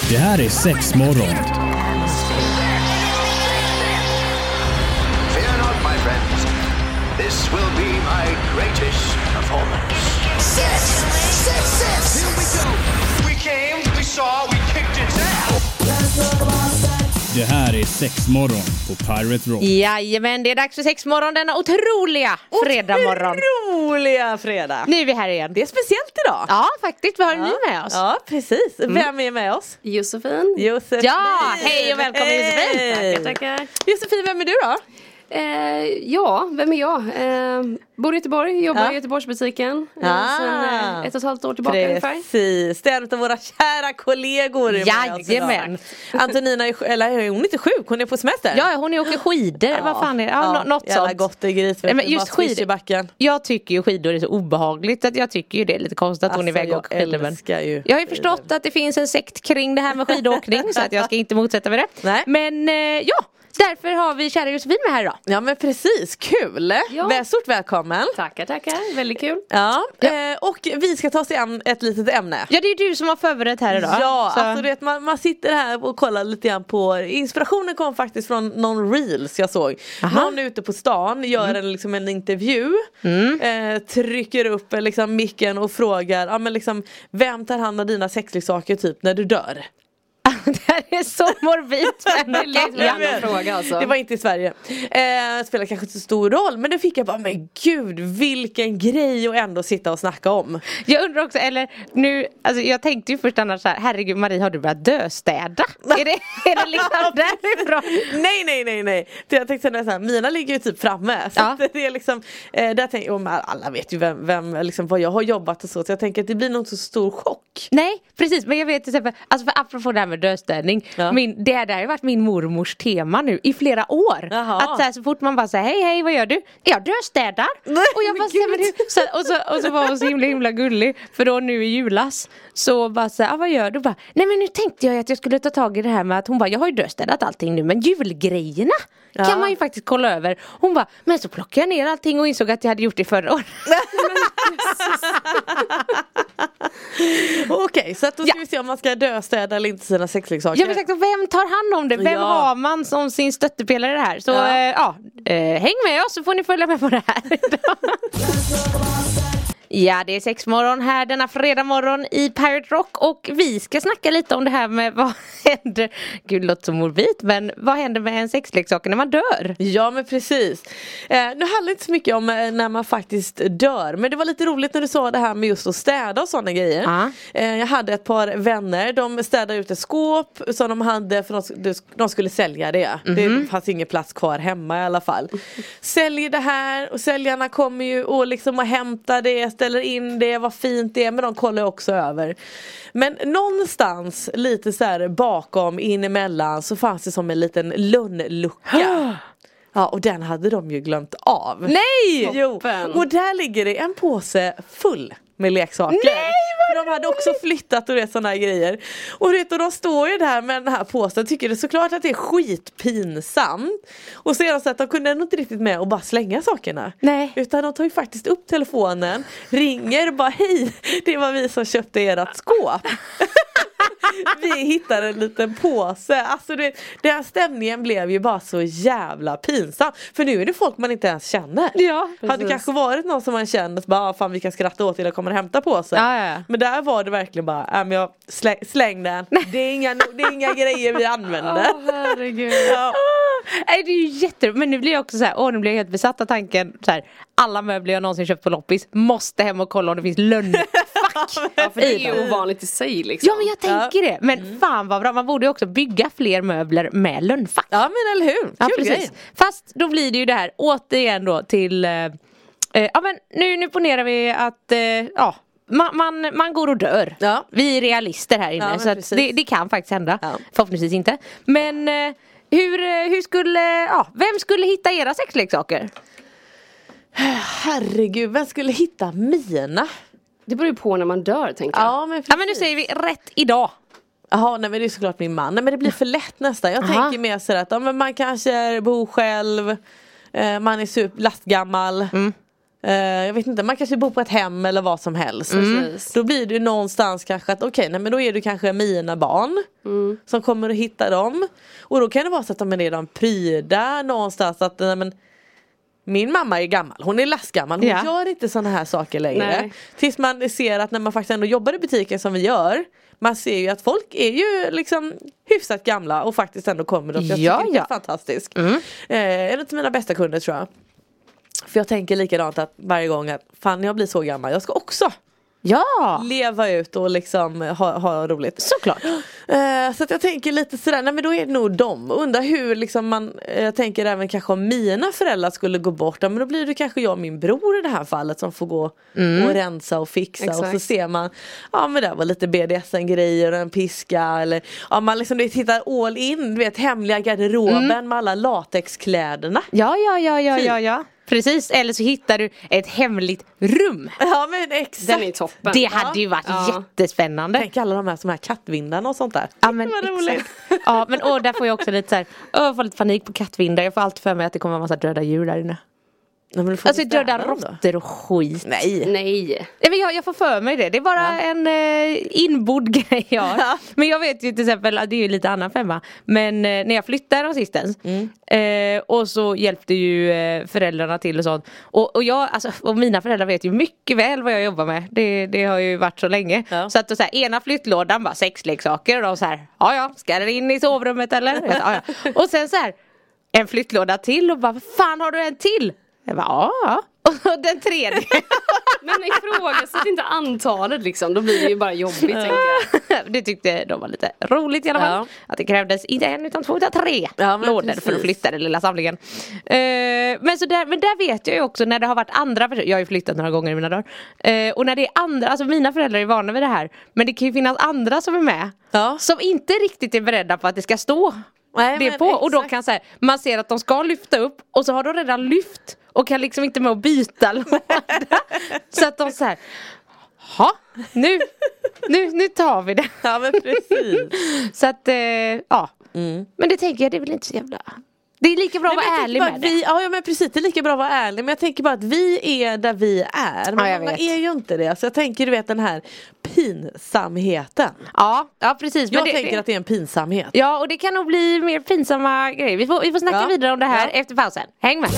Det här är Sexmorgon. Fear not, my friends. This will be my greatest performance. Six! Here we go. We came, we saw, we kicked its ass. Det här är Sexmorgon på Pirate Rock. Jajamän, det är dags för Sexmorgon denna otroliga fredagmorgon. Otroliga fredag. Nu är vi här igen. Det är speciellt idag. Ja, faktiskt. Vad har ni med oss? Ja, precis. Vem är med oss? Josefin. Josefin. Ja, hej och välkommen Josefin. Tackar. Josefin, vem är du då? Ja, vem är jag? Bor i Göteborg, jobbar Ja. i Göteborgsbutiken sen 1,5 år tillbaka ungefär. Precis, det är en av våra kära kollegor. Jajamän. Antonina är hon inte sjuk, hon är på semester. Ja, hon åker skidor. Vad fan är det? Ja, något jävla sånt. gott i gris. Nej, men just skidor i backen. Jag tycker ju skidor är så obehagligt att jag tycker ju det är lite konstigt att hon är iväg och åker skidor. Jag har ju förstått att det finns en sekt kring det här med skidåkning så att jag ska inte motsätta mig det. Nej. Men ja, därför har vi kära Josefin med här idag. Ja, men precis, kul. Ja. Stort välkommen. Tackar, väldigt kul. Ja, och vi ska ta oss an ett litet ämne. Ja, det är ju du som har förberett här idag. Ja, så. alltså du vet, man sitter här och kollar lite grann på. Inspirationen kom faktiskt från någon reels jag såg. Någon ute på stan gör en intervju, trycker upp liksom micken och frågar men liksom, vem tar hand om dina sexleksaker typ när du dör? Det här är så morbid. Fråga alltså. Det var inte i Sverige. Spelar kanske inte så stor roll, men det fick jag bara, men gud, vilken grej att ändå sitta och snacka om. Jag undrar också, eller nu, alltså jag tänkte ju först annars så här, herregud Marie, har du börjat döstäda? Är det liksom därifrån? Nej. Jag tänkte så här, mina ligger ju typ framme. Så att det är liksom, där tänker jag, alla vet ju vem liksom, vad jag har jobbat och så jag tänker att det blir nog så stor chock. Nej, precis, men jag vet till exempel, alltså för apropå det här med döstädning, det har ju varit min mormors tema nu i flera år. Jaha. Att så, här, så fort man bara säger hej, vad gör du? Jag döstädar. Och jag bara så var hon så himla gullig. För då nu i julas så bara så här, vad gör du? Bara, nej men nu tänkte jag att jag skulle ta tag i det här med att hon bara, jag har ju döstädat allting nu, men julgrejerna kan man ju faktiskt kolla över. Hon bara, men så plockade jag ner allting och insåg att jag hade gjort det förra året. Okej, så att då ska vi se om man ska döstäda eller inte sina sexleksaker. Ja, men exakt, vem tar hand om det? Vem har man som sin stöttepelare här? Så häng med oss så får ni följa med på det här. Ja, det är Sexmorgon här denna fredag morgon i Pirate Rock och vi ska snacka lite om det här med vad händer, gud det låter så morbid, men vad händer med en sexleksak när man dör? Ja, men precis. Nu handlar det inte så mycket om när man faktiskt dör, men det var lite roligt när du sa det här med just att städa och sådana grejer. Jag hade ett par vänner, de städade ut ett skåp som de hade för de skulle sälja det. Det fanns ingen plats kvar hemma i alla fall. Säljer det här och säljarna kommer ju och liksom och hämtar det, ställer in det, vad fint det är, men de kollar också över. Men någonstans lite så här bakom, in emellan så fanns det som en liten lunnlucka. Ja, och den hade de ju glömt av. Nej! Jo, och där ligger det en påse full med leksaker. Nej, de hade också flyttat och sådana här grejer. Och de står ju där med den här påsen. Tycker det såklart att det är skitpinsamt. Och så är de så att de kunde inte riktigt med och bara slänga sakerna. Nej. Utan de tar ju faktiskt upp telefonen, ringer och bara, hej, det var vi som köpte ert skåp. Vi hittade en liten påse. Alltså den här stämningen blev ju bara så jävla pinsam. För nu är det folk man inte ens känner. Ja, hade kanske varit någon som man kände bara, fan vi kan skratta åt till att komma och hämta påse. Ja. Men där var det verkligen bara, men jag släng den. Det är inga grejer vi använder. Herregud. Nej, det är ju jätteroligt. Men nu blir jag också så här, nu blir jag helt besatt av tanken så här, alla möbler jag någonsin köpt på loppis måste hem och kolla om det finns lönnfack. Ja, för det är ju ovanligt i sig liksom. Ja, men jag tänker det. Men fan vad bra, man borde ju också bygga fler möbler med lönnfack. Ja, men eller hur? Ja, kul precis. grej. Fast då blir det ju det här återigen då till men nu ponerar vi att man går och dör. Ja. Vi är realister här inne, så att det kan faktiskt hända. Ja. Förhoppningsvis inte. Men hur skulle vem skulle hitta era sexleksaker? Herregud, vem skulle hitta mina? Det beror ju på när man dör, tänker jag. Ja, men nu säger vi rätt idag. Jaha, nej men det är såklart min man. Nej men det blir för lätt nästan. Jag tänker mer så att men man kanske bor själv, man är lastgammal. Jag vet inte, man kanske bor på ett hem eller vad som helst. Då blir det ju någonstans kanske att men då är det kanske mina barn som kommer att hitta dem. Och då kan det vara så att de är redan pryda någonstans att min mamma är gammal, hon är lastgammal, hon gör inte såna här saker längre. Nej. Tills man ser att när man faktiskt ändå jobbar i butiken som vi gör, man ser ju att folk är ju liksom hyfsat gamla och faktiskt ändå kommer. Jag tycker det är fantastiskt. En av mina bästa kunder tror jag. För jag tänker likadant att varje gång att fan jag blir så gammal, jag ska också leva ut och liksom ha roligt. Såklart. Så att jag tänker lite sådär, nej men då är det nog dem. Undrar hur liksom jag tänker även kanske om mina föräldrar skulle gå bort, men då blir det kanske jag och min bror i det här fallet som får gå och rensa och fixa. Exakt. Och så ser man, men det var lite BDSM-grejer och en piska eller man liksom tittar all in, du vet hemliga garderoben med alla latexkläderna. Ja. Precis, eller så hittar du ett hemligt rum. Ja men exakt. Den är toppen. Det hade ju varit jättespännande. Tänk alla de här kattvindarna och sånt där. Ja men exakt. Ja men där får jag också lite så här, jag får lite panik på kattvindar. Jag får alltid för mig att det kommer en massa döda djur där inne. Alltså döda råttor och skit. Nej. Jag får för mig det. Det är bara en inbodd grej jag har. Men jag vet ju till exempel att det är ju lite annan femma. Men när jag flyttade assistens och så hjälpte ju föräldrarna till och sånt. Och jag, alltså, och mina föräldrar vet ju mycket väl vad jag jobbar med. Det har ju varit så länge. Ja. Så att så här, ena flyttlådan bara sexleksaker och de så här, ska det in i sovrummet eller? Ja. Och sen så här, en flyttlåda till och bara, vad fan har du en till? Jag bara, och den tredje. Men ifrågasätt inte antalet liksom. Då blir det ju bara jobbigt tänker jag. Det tyckte de var lite roligt i alla fall. Att det krävdes inte en utan 2 utan 3 lådor för att flytta den lilla samlingen. Men där vet jag ju också när det har varit andra personer. Jag har ju flyttat några gånger i mina dagar. Och när det är andra, alltså mina föräldrar är vana vid det här. Men det kan ju finnas andra som är med. Som inte riktigt är beredda på att det ska stå. Det på. Och då kan så här, man ser att de ska lyfta upp och så har de redan lyft och kan liksom inte med att byta låda. Så att de så här, nu tar vi det. Ja men precis. Så att men det tänker jag, det är väl inte så jävla. Det är lika bra att vara ärlig med det. Ja men precis, det är lika bra att vara ärlig. Men jag tänker bara att vi är där vi är. Men många är ju inte det. Så jag tänker, du vet den här pinsamheten. Ja precis. Jag tänker att det är en pinsamhet. Ja, och det kan nog bli mer pinsamma grejer. Vi får snacka vidare om det här efter pausen. Häng med.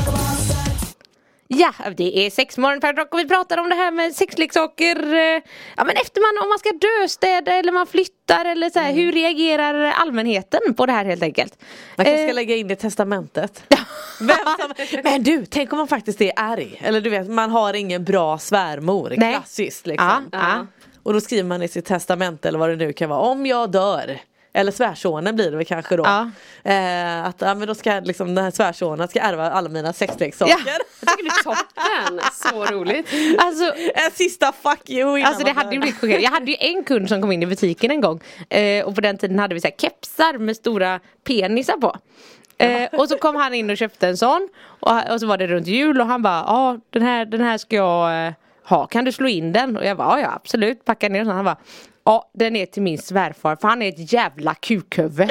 Ja, det är sexmorgon per rock och vi pratar om det här med sexleksaker. Ja, men om man ska döstäda eller man flyttar eller så här, hur reagerar allmänheten på det här helt enkelt? Man kanske ska lägga in det i testamentet. Men du, tänk om man faktiskt är arg. Eller du vet, man har ingen bra svärmor. Nej. Klassiskt liksom. Ja. Och då skriver man i sitt testament eller vad det nu kan vara. Om jag dör. Eller svärsonen blir det väl kanske då. Men då ska liksom den här svärsonen ska ärva alla mina sexleksaker. Jag tycker det är toppen. Så roligt. Alltså en sista fuck you innan. Alltså det hade ju blivit chockerande. Jag hade ju en kund som kom in i butiken en gång. Och på den tiden hade vi så här kepsar med stora penisar på. Och så kom han in och köpte en sån. Och så var det runt jul och han bara, den här ska jag ha. Kan du slå in den? Och jag bara, ja absolut. Packa ner den. Han bara, ja, den är till min svärfar för han är ett jävla kukhuvud.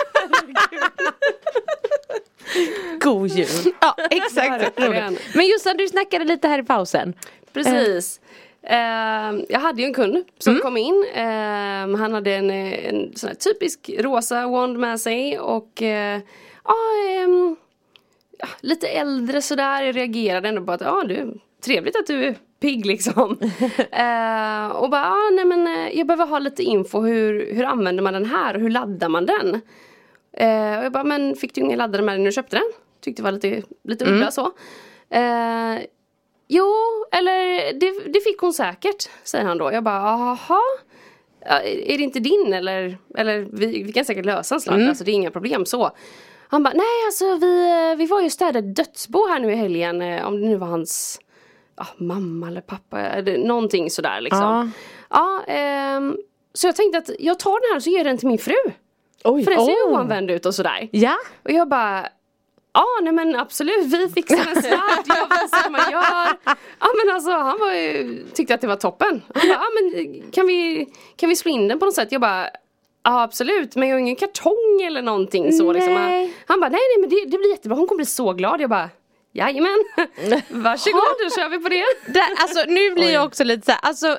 God jul. Ja, exakt. Men Jossan, du snackade lite här i pausen. Precis. Jag hade ju en kund som kom in. Han hade en sån här typisk rosa wand med sig. Och lite äldre sådär. Jag reagerade ändå på att du, trevligt att du är pigg liksom. Och bara, jag behöver ha lite info. Hur använder man den här och hur laddar man den? Och jag bara, men fick du ingen laddare med dig när du köpte den? Tyckte det var lite udda så. Jo, eller det fick hon säkert, säger han då. Jag bara, aha. Är det inte din eller vi kan säkert lösa en sladd, alltså det är inga problem så. Han bara, nej alltså vi var ju städade dödsbo här nu i helgen, om det nu var hans mamma eller pappa, någonting sådär liksom. Så jag tänkte att jag tar den här och så ger den till min fru. Oj, för den ser ju oanvänd ut och sådär. Ja. Och jag bara, nej men absolut, vi fixar en sladd, jag vet vad man gör. Ja men alltså, han tyckte att det var toppen. Han bara, men kan vi slå in den på något sätt? Jag bara, ja absolut, men jag har ingen kartong eller någonting så liksom. Han bara, nej men det blir jättebra, hon kommer bli så glad. Jag bara, jajamän, varsågod, då kör vi på det. Alltså nu blir jag också lite så här, alltså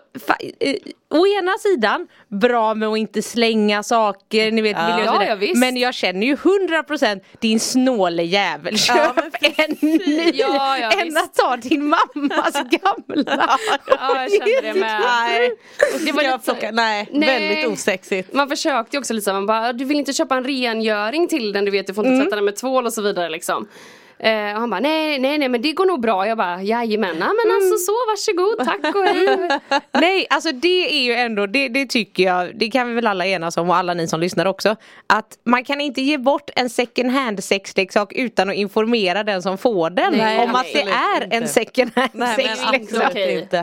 å ena sidan bra med att inte slänga saker, ni vet, men jag känner ju 100% din snåle jävel, köp en ny än att ta din mammas gamla. Ja, jag kände det med. Det var lite väldigt osexigt. Man försökte ju också lite så, man bara, du vill inte köpa en rengöring till den, du vet, du får inte tvätta den med tvål och så vidare liksom. Och han bara, nej, men det går nog bra. Jag bara, jajamän, men alltså så, varsågod, tack och hej. Nej, alltså det är ju ändå, det tycker jag, det kan vi väl alla enas om, och alla ni som lyssnar också, att man kan inte ge bort en second hand sexleksak utan att informera den som får den om att det är en second hand sexleksak.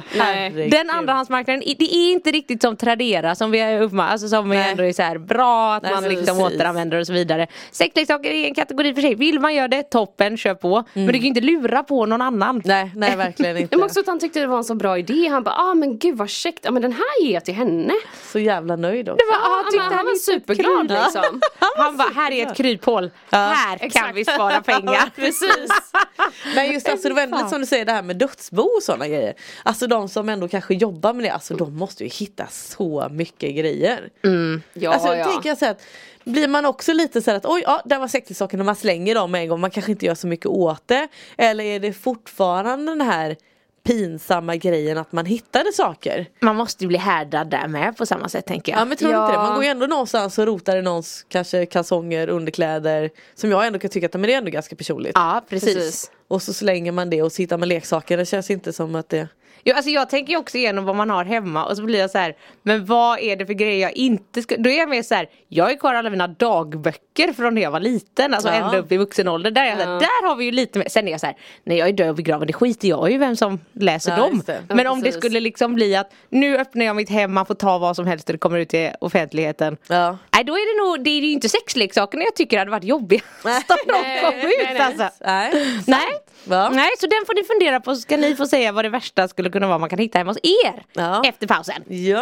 Den andrahandsmarknaden, det är inte riktigt som Tradera, som vi har uppmärkt, alltså som ändå är så här bra att man liksom återanvänder och så vidare. Sexleksaker är en kategori för sig. Vill man göra det, toppen, kör på. Men du kan ju inte lura på någon annan. Nej, verkligen inte. Men också att han tyckte det var en så bra idé. Han bara, men gud vad käckt. Ja, men den här ger jag till henne. Så jävla nöjd också. Han var superglad liksom. Han bara, här är ett kryphål. Här kan vi spara pengar. Precis. Men just alltså, det var väldigt som du säger, det här med dödsbo och sådana grejer. Alltså de som ändå kanske jobbar med det, alltså de måste ju hitta så mycket grejer. Alltså tänker jag så att blir man också lite så här att oj, där var sexleksaken och man slänger dem en gång, man kanske inte gör så mycket åt det, eller är det fortfarande den här pinsamma grejen att man hittade saker? Man måste ju bli härdad där med på samma sätt, tänker jag. Ja, men tror du inte det? Man går ju ändå någonstans och rotar i någons kanske kalsonger, underkläder, som jag ändå kan tycka att men det är ändå ganska personligt. Ja, precis. Och så slänger man det och så hittar man leksaker. Det känns inte som att det... Jo, alltså jag tänker ju också igenom vad man har hemma, och så blir jag så här, men vad är det för grejer jag inte ska... Då är jag med så här, jag har ju kvar alla mina dagböcker från när jag var liten, alltså ända upp i vuxen ålder. Där, där har vi ju lite mer. Sen är jag så här, när jag är död och begraven, det skiter jag ju vem som läser dem. Men om det skulle liksom bli att nu öppnar jag mitt hem, man får ta vad som helst och det kommer ut till offentligheten. Nej, då är det nog, det är ju inte sexleksakerna jag tycker hade varit jobbiga. Nej, så den får ni fundera på, så ska ni få säga vad det värsta skulle kunna vara man kan hitta hemma hos er efter pausen. Ja.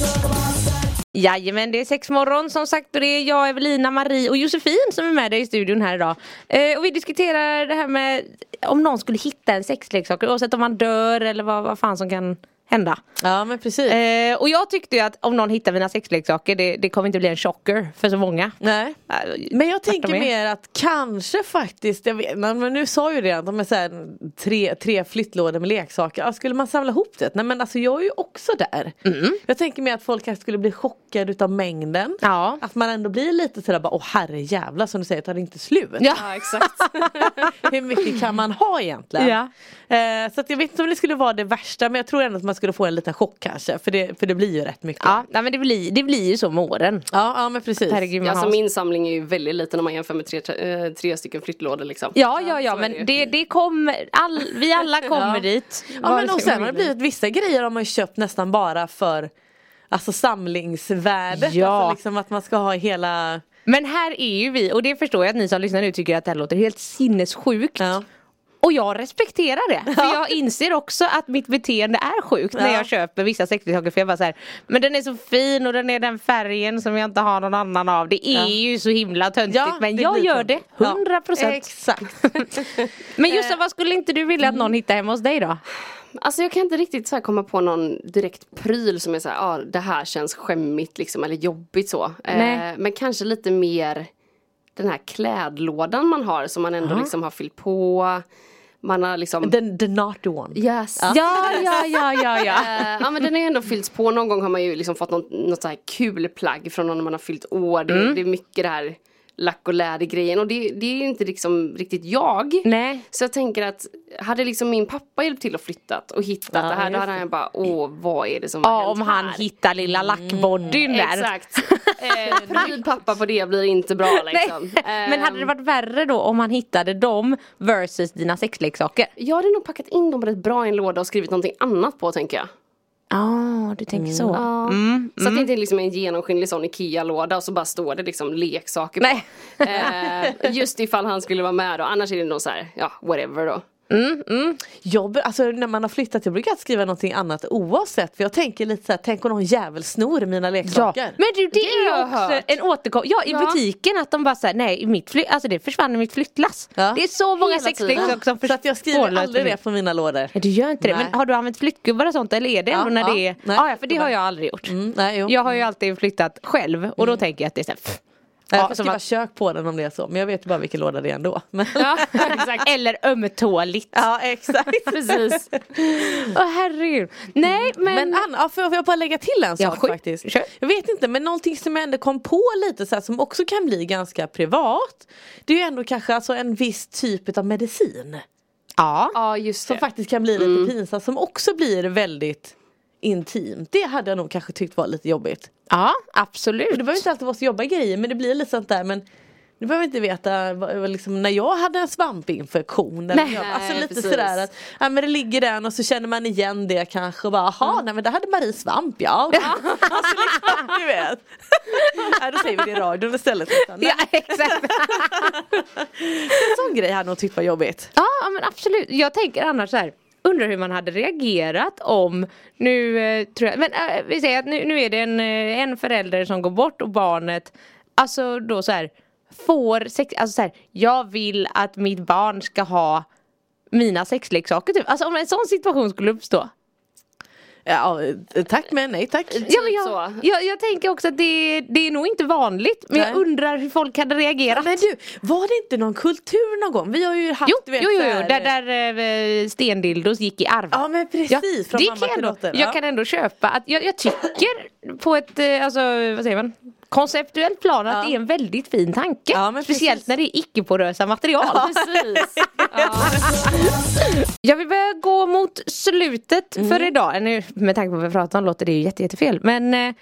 Jajamän, det är sexmorgon som sagt, och det är jag, Evelina, Marie och Josefin som är med dig i studion här idag. Och vi diskuterar det här med om någon skulle hitta en sexleksak, oavsett om man dör eller vad fan som kan hända. Ja, men precis. Och jag tyckte ju att om någon hittar mina sexleksaker, det kommer inte bli en chocker för så många. Nej. Men jag tänker mer att kanske faktiskt, jag vet, men nu sa ju det att de är så här, tre flyttlådor med leksaker. Alltså, skulle man samla ihop det? Nej, men alltså jag är ju också där. Jag tänker mer att folk kanske skulle bli chockade utav mängden. Ja. Att man ändå blir lite sådär bara, herrejävla, som du säger, tar det inte slut. Ja, exakt. Hur mycket kan man ha egentligen? Ja. Så att jag vet inte om det skulle vara det värsta, men jag tror ändå att man skulle få en liten chock kanske, för det blir ju rätt mycket. Ja, men det blir ju så med åren. Ja, men precis. Herregud, alltså min samling är ju väldigt liten om man jämför med tre stycken flyttlådor liksom. Ja, men det kommer, vi alla kommer dit. Ja, men och sen har det blivit vissa grejer har man köpt nästan bara för alltså samlingsvärdet. Ja. Alltså liksom att man ska ha hela... Men här är ju vi, och det förstår jag att ni som lyssnar nu tycker att det här låter helt sinnessjukt. Ja. Och jag respekterar det. För jag inser också att mitt beteende är sjukt när jag köper vissa sexleksaker. För jag bara så här, men den är så fin och den är den färgen som jag inte har någon annan av. Det är ju så himla töntigt. Men jag gör det 100%. Exakt. Men just vad skulle inte du vilja att någon hittar hemma hos dig då? Alltså jag kan inte riktigt så här komma på någon direkt pryl som är så här, det här känns skämmigt liksom, eller jobbigt så. Men kanske lite mer den här klädlådan man har som man ändå liksom har fyllt på. Man har liksom... The not one. Yes. Ja. Ja, men den är ändå fyllts på. Någon gång har man ju liksom fått något så här kul plagg från någon man har fyllt år. Det är mycket det här lack- och lädergrejen. Och det är ju inte liksom riktigt jag. Nej. Så jag tänker att hade liksom min pappa hjälpt till att flyttat och hittat det här, då hade han bara, vad är det som har hänt om han här? hittar lilla lackbodyn där. Exakt. Pryd pappa på det blir inte bra liksom. Men hade det varit värre då om han hittade dem versus dina sexleksaker? Jag hade nog packat in dem rätt bra i en låda och skrivit någonting annat på, tänker jag. Du tänker så. Så att det inte är liksom en genomskinlig sån Ikea-låda och så bara står det liksom leksaker på. Just ifall han skulle vara med då. Annars är det nog så här, whatever då. Alltså när man har flyttat, jag brukar skriva någonting annat oavsett. För jag tänker lite så här, tänk om någon jävel snor mina leksaker. Ja. Men du, det är ju har jag också hört. en återkom. Ja, i butiken att de bara säger nej, alltså det försvann i mitt flyttlass. Ja. Det är så många Hela sexleksaker som Så att jag skriver aldrig det på mina lådor. Du gör inte det, Nej. men har du använt flyttgubbar och sånt eller är det ändå när det är... Nej. Ja, för det har jag aldrig gjort. Nej, jo. Jag har ju alltid flyttat själv och då tänker jag att det är så här, Jag får som skriva att- kök på den om det är så. Men jag vet ju bara vilken låda det är ändå. Men... Ja, exakt. eller ömtåligt. Ja, exakt. Precis. Herregud. Nej, men Anna, får jag bara lägga till en sak faktiskt? Kör. Jag vet inte, men någonting som jag ändå kom på lite så här, som också kan bli ganska privat. Det är ju ändå kanske alltså en viss typ av medicin. ja. Ja, just Som det. faktiskt kan bli lite pinsamt. Som också blir väldigt intimt. Det hade jag nog kanske tyckt var lite jobbigt. Ja, absolut. Det behöver inte alltid vara så jobbiga grejer, men det blir lite sånt där. Men du behöver inte veta liksom, när jag hade en svampinfektion. Eller Nej, alltså lite precis. sådär att men det ligger den och så känner man igen det kanske. Och bara, jaha, nej men där hade Marie svamp, ja. Alltså liksom, du vet. Nej, då säger vi det i radion istället. Ja, exakt. En sån grej hade nog tyckt var jobbigt. Ja, men absolut. Jag tänker annars så här. Undrar hur man hade reagerat om nu tror jag, men vi säger att nu är det en förälder som går bort och barnet alltså då så här får sex, alltså så här, jag vill att mitt barn ska ha mina sexleksaker typ. Alltså om en sån situation skulle uppstå. Ja, tack men nej tack. Ja, men så. jag tänker också att det är nog inte vanligt. Men jag Nej. undrar hur folk hade reagerat. Men du, var det inte någon kultur någon gång? Vi har ju haft, Jo, du vet, jo, så här- där stendildos gick i arv. Ja men precis, från det mamma kan till jag, dotter. jag kan ändå köpa att jag tycker på ett alltså, vad säger man, konceptuellt plan att det är en väldigt fin tanke. Ja, men speciellt precis. när det är icke-porösa material. Precis. Ja. Jag vill börja gå mot slutet för idag. Nu, med tanke på vad vi pratar om låter det ju jättefel. Men nej,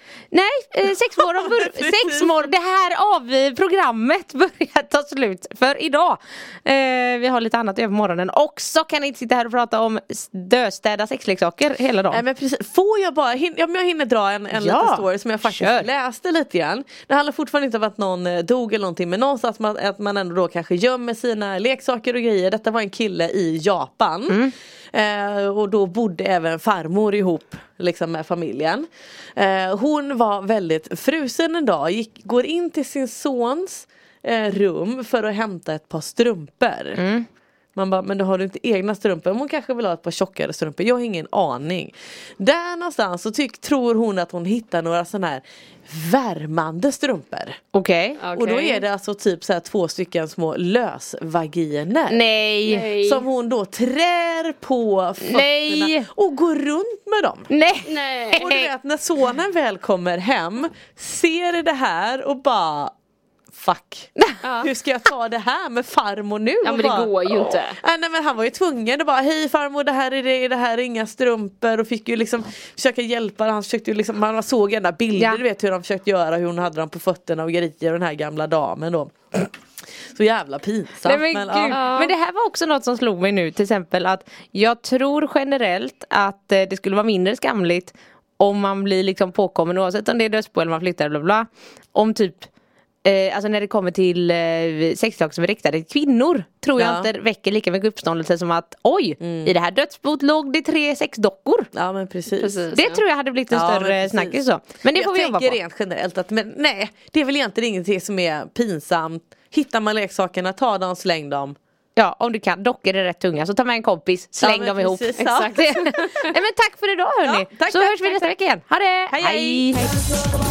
sexmorgon, det här av programmet börjar ta slut för idag. Vi har lite annat över morgonen. Och så kan ni inte sitta här och prata om döstäda sexleksaker hela dagen. Nej men precis, får jag bara, om jag hinner dra en liten story som jag faktiskt kör. läste lite grann. Det handlar fortfarande inte om att någon dog eller någonting, men någonstans att man ändå då kanske gömmer sina leksaker och grejer. Detta var en kille i Japan. Och då bodde även farmor ihop liksom med familjen. Hon var väldigt frusen en dag, går in till sin sons rum för att hämta ett par strumpor. Man bara, men då har du inte egna strumpor. Hon kanske vill ha ett par tjockare strumpor. Jag har ingen aning. Där någonstans så tror hon att hon hittar några sådana här värmande strumpor. Okej. Och då är det alltså typ så här 2 stycken små lösvaginer. Nej. Som hon då trär på fötterna Nej. och går runt med dem. Nej. Nej. Och du vet, när sonen väl kommer hem, ser det här och bara fuck. Hur ska jag ta det här med farmor nu? Ja, Och men det bara, går ju inte. Nej men han var ju tvungen att bara, hej farmor, det här är inga strumpor, och fick ju liksom försöka hjälpa. Han försökte ju liksom, man såg ena bilder, du vet hur de försökte göra, hur hon hade dem på fötterna och grejer, den här gamla damen då. Så jävla pinsamt. Nej, men, gud. Men det här var också något som slog mig nu, till exempel att jag tror generellt att det skulle vara mindre skamligt om man blir liksom påkommen, oavsett om det är dödsbo eller man flyttar bla bla, om typ alltså när det kommer till sexleksaker som är riktade till kvinnor, tror jag inte väcker lika mycket uppståndelse som att oj, i det här dödsbot låg det 3 sexdockor. Ja men precis. Det tror jag hade blivit en större snackis så. Men det får vi jobba på. Jag tänker rent generellt att, men nej, det är väl egentligen ingenting som är pinsamt. Hittar man leksakerna, ta dem, släng dem. Ja, om du kan. Dockor är rätt tunga, så ta med en kompis, släng dem ihop. precis, Exakt. Nej, men tack för idag hörni. Ja, tack, så tack, hörs vi tack, nästa tack. vecka igen. Ha det! Hej, hej.